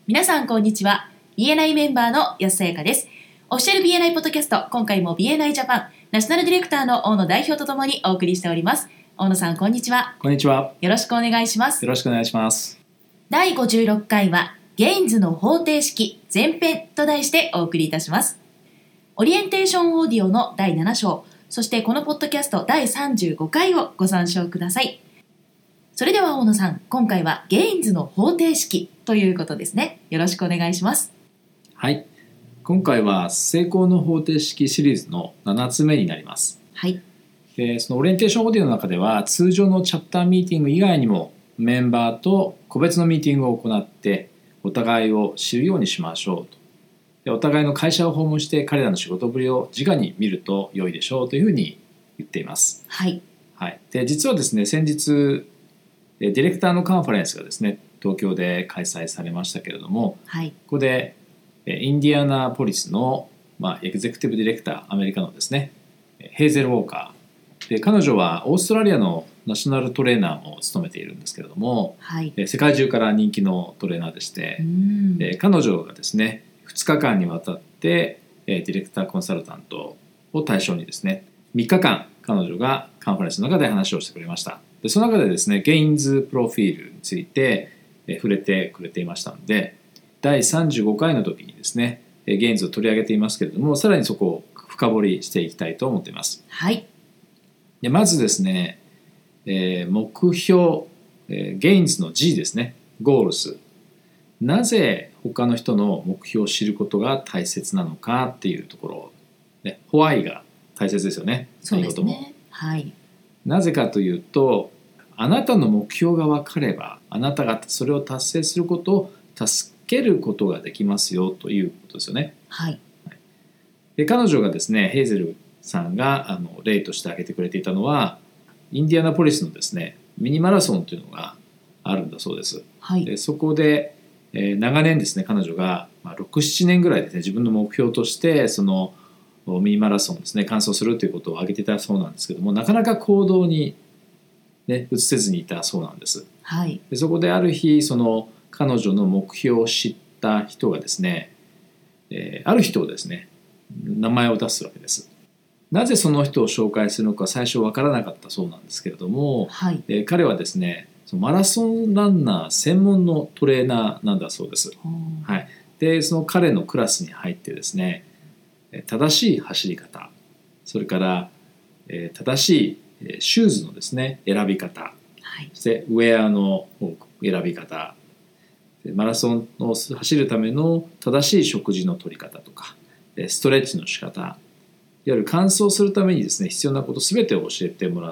皆さんこんにちは。 BNI メンバーの安さやかです。オフィシャル BNI ポッドキャスト、今回も BNI ジャパンナショナルディレクターの大野代表とともにお送りしております。大野さんこんにちは。 こんにちは。 よろしくお願いします。 よろしくお願いします。 第56回はゲインズの方程式前編と題してお送りいたします。オリエンテーションオーディオの第7章、そしてこのポッドキャスト第35回をご参照ください。それでは大野さん、今回はゲインズの方程式ということですね。よろしくお願いします。 はい、今回は成功の方程式シリーズの7つ目になります。 はい。 でそのオリエンテーションオーディオの中では通常のチャプターミーティング以外にもメンバーと個別のミーティングを行ってお互いを知るようにしましょうと。でお互いの会社を訪問して彼らの仕事ぶりを直に見ると良いでしょうというふうに言っています。 はい。 はい、で実はですね、先日ディレクターのカンファレンスがですね東京で開催されましたけれども、 はい、 ここでインディアナポリスの、エグゼクティブディレクター、アメリカのですねヘイゼル・ウォーカーで、彼女はオーストラリアのナショナルトレーナーも務めているんですけれども、 はい、 世界中から人気のトレーナーでして、彼女がですね2日間にわたってディレクターコンサルタントを対象にですね3日間彼女がカンファレンスの中で話をしてくれました。でその中でですねゲインズプロフィールについて触れてくれていましたので、第35回の時にですねゲインズを取り上げていますけれども、さらにそこを深掘りしていきたいと思っています。 はい。 でまずですね、目標、ゲインズの G ですね、ゴールス。なぜ他の人の目標を知ることが大切なのかっていうところ、ね、ホワイが大切ですよね。 そうですね。はい。 なぜかというと、あなたの目標が分かればあなたがそれを達成することを助けることができますよということですよね。 はい。 で彼女がですねヘイゼルさんが例として挙げてくれていたのは、インディアナポリスのですねミニマラソンというのがあるんだそうです。 はい、 でそこで、長年ですね彼女が、6、7年ぐらいですね自分の目標としてそのミニマラソンですね完走するということを挙げていたそうなんですけども、なかなか行動に、移せずにいたそうなんです。 はい、 でそこである日その彼女の目標を知った人がですね、ある人をですね名前を出すわけです。なぜその人を紹介するのか最初分からなかったそうなんですけれども、 はい、 彼はですねそのマラソンランナー専門のトレーナーなんだそうです。はい、でその彼のクラスに入ってですね正しい走り方、それから正しいシューズのですね選び方、 はい、 そしてウェアの選び方、マラソンを走るための正しい食事の取り方とかストレッチの仕方、いわゆる完走するためにですね必要なこと全てを教えてもらって、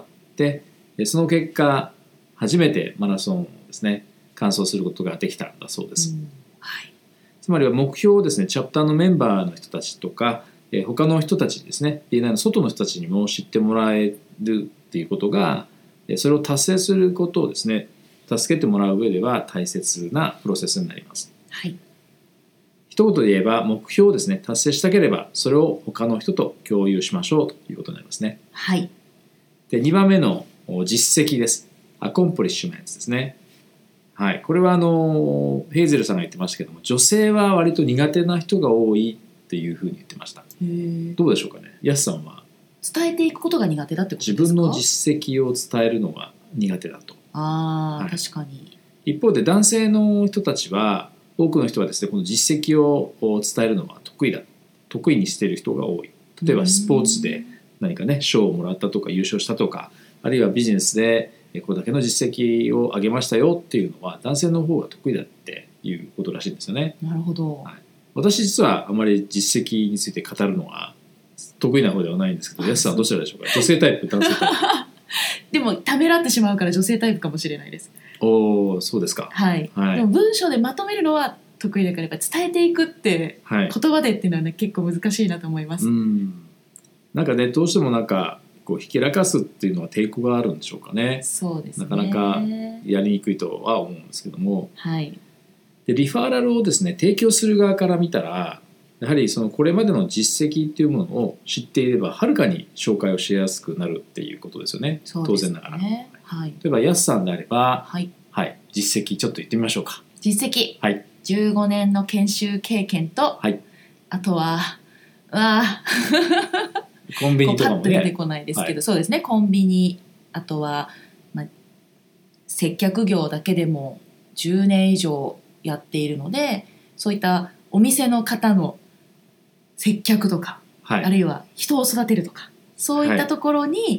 その結果初めてマラソンをですね完走することができたんだそうです。 はい、 つまりは目標をですねチャプターのメンバーの人たちとか他の人たちにですね BNI の外の人たちにも知ってもらえるっていうことが、それを達成することをですね助けてもらう上では大切なプロセスになります。 はい、 一言で言えば目標をですね達成したければそれを他の人と共有しましょうということになりますね。 はい、 で2番目の実績です。アコンプリッシュメントですね。はい、これはヘイゼルさんが言ってましたけども、女性は割と苦手な人が多いっていうふうに言ってました。どうでしょうかね。ヤスさんは伝えていくことが苦手だってことですか？ 自分の実績を伝えるのが苦手だと。 はい、確かに。 一方で男性の人たちは多くの人はですねこの実績を伝えるのは得意にしている人が多い。例えばスポーツで何かね賞をもらったとか優勝したとか、あるいはビジネスでこれだけの実績を上げましたよっていうのは男性の方が得意だっていうことらしいんですよね。 なるほど。 はい、私実はあまり実績について語るのは得意な方ではないんですけど、安さんはどちらでしょうか？女性タイプ、男性タイプでもためらってしまうから女性タイプかもしれないです。 おー、そうですか。 はい、でも文章でまとめるのは得意だから、やっぱ伝えていくって言葉でっていうのは、ね、結構難しいなと思います。 なんかねどうしてもなんかこうひけらかすっていうのは抵抗があるんでしょうかね。 そうですね。 なかなかやりにくいとは思うんですけども、 はい、 でリファーラルをですね提供する側から見たら、やはりそのこれまでの実績っていうものを知っていればはるかに紹介をしやすくなるっていうことですよね。 そうですね。 当然ながら、 はい、 例えばヤスさんであれば、 はいはい、実績ちょっと言ってみましょうか。 実績、 はい、 15年の研修経験と、 はい、 あとはコンビこうパニとかもね。 ッと出てこないですけど、 はいそうですね、コンビニ、あとは、接客業だけでも10年以上やっているので、そういったお店の方の接客とか、 はいあるいは人を育てるとか、そういったところに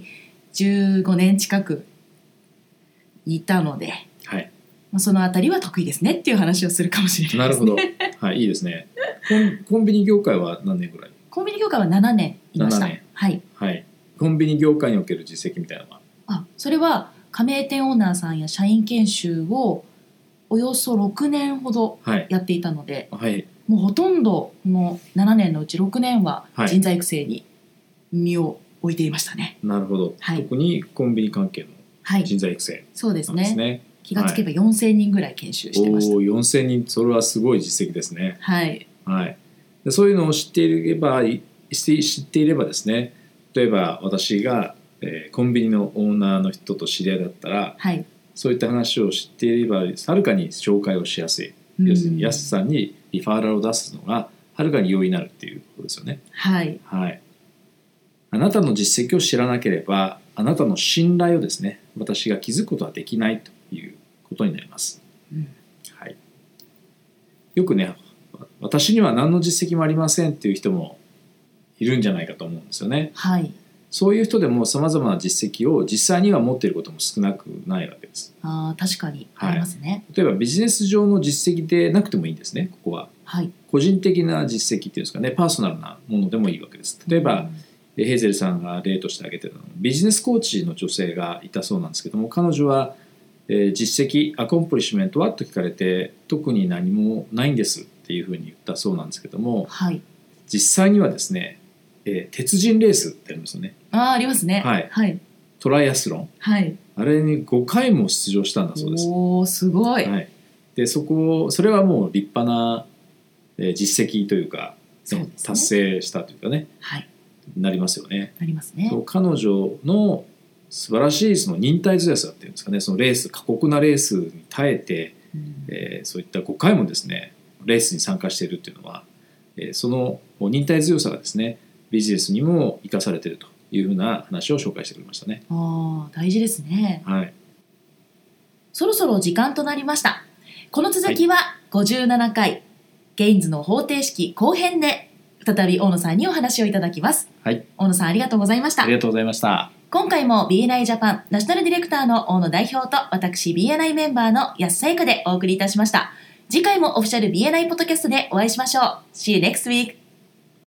15年近くいたので、 はい、 そのあたりは得意ですねっていう話をするかもしれないですね。 なるほど、はい、いいですね。コンビニ業界は何年ぐらい？ コンビニ業界は7年いました。 7年はい。 はい、コンビニ業界における実績みたいなのは？ それは加盟店オーナーさんや社員研修をおよそ6年ほどやっていたので、 はい、 もうほとんどこの7年のうち6年ははい人材育成に身を置いていましたね。 なるほど、 はい特にコンビニ関係のはい、 人材育成そうですなんですね。 ね。 気がつけば4000人ぐらい研修してました。 おー、4000人、それはすごい実績ですね。 はい。 はい、でそういうのを知っていればですね、例えば私が、コンビニのオーナーの人と知り合いだったら、 はい。 そういった話を知っていればはるかに紹介をしやすい、要するに安さんにリファーラルを出すのがはるかに容易になるっていうことですよね。 はい。 はい、あなたの実績を知らなければあなたの信頼をですね、私が築くことはできないということになります。はい、よくね、私には何の実績もありませんっていう人もいるんじゃないかと思うんですよね。 はい。 そういう人でもさまざまな実績を実際には持っていることも少なくないわけです。 確かにありますね。 例えばビジネス上の実績でなくてもいいんですね。ここははい。 個人的な実績っていうんですかね、パーソナルなものでもいいわけです。例えば、ヘイゼルさんが例として挙げてたのビジネスコーチの女性がいたそうなんですけども、彼女は、実績アコンプリッシュメントはと聞かれて特に何もないんですっていうふうに言ったそうなんですけども、 はい。 実際にはですね、鉄人レースってありますよね。 ありますね。 はいはい。 トライアスロン、 はい。 あれに5回も出場したんだそうです。 おー、すごい。 はい、でそれはもう立派な実績というか、 そうですね、 達成したというかね、 はい、 なりますよね。 なりますね。 そう彼女の素晴らしいその忍耐強さっていうんですかね、そのレース、過酷なレースに耐えて、そういった5回もですねレースに参加しているっていうのは、その忍耐強さがですねビジネスにも生かされているというふうな話を紹介してくれましたね。 大事ですね。 はい、 そろそろ時間となりました。この続きは57回、ゲインズの方程式後編で再び大野さんにお話をいただきます。 はい、 大野さんありがとうございました。 ありがとうございました。 今回も BNI ジャパンナショナルディレクターの大野代表と私 BNI メンバーの安さゆかでお送りいたしました。次回もオフィシャル BNI ポッドキャストでお会いしましょう。See you next week!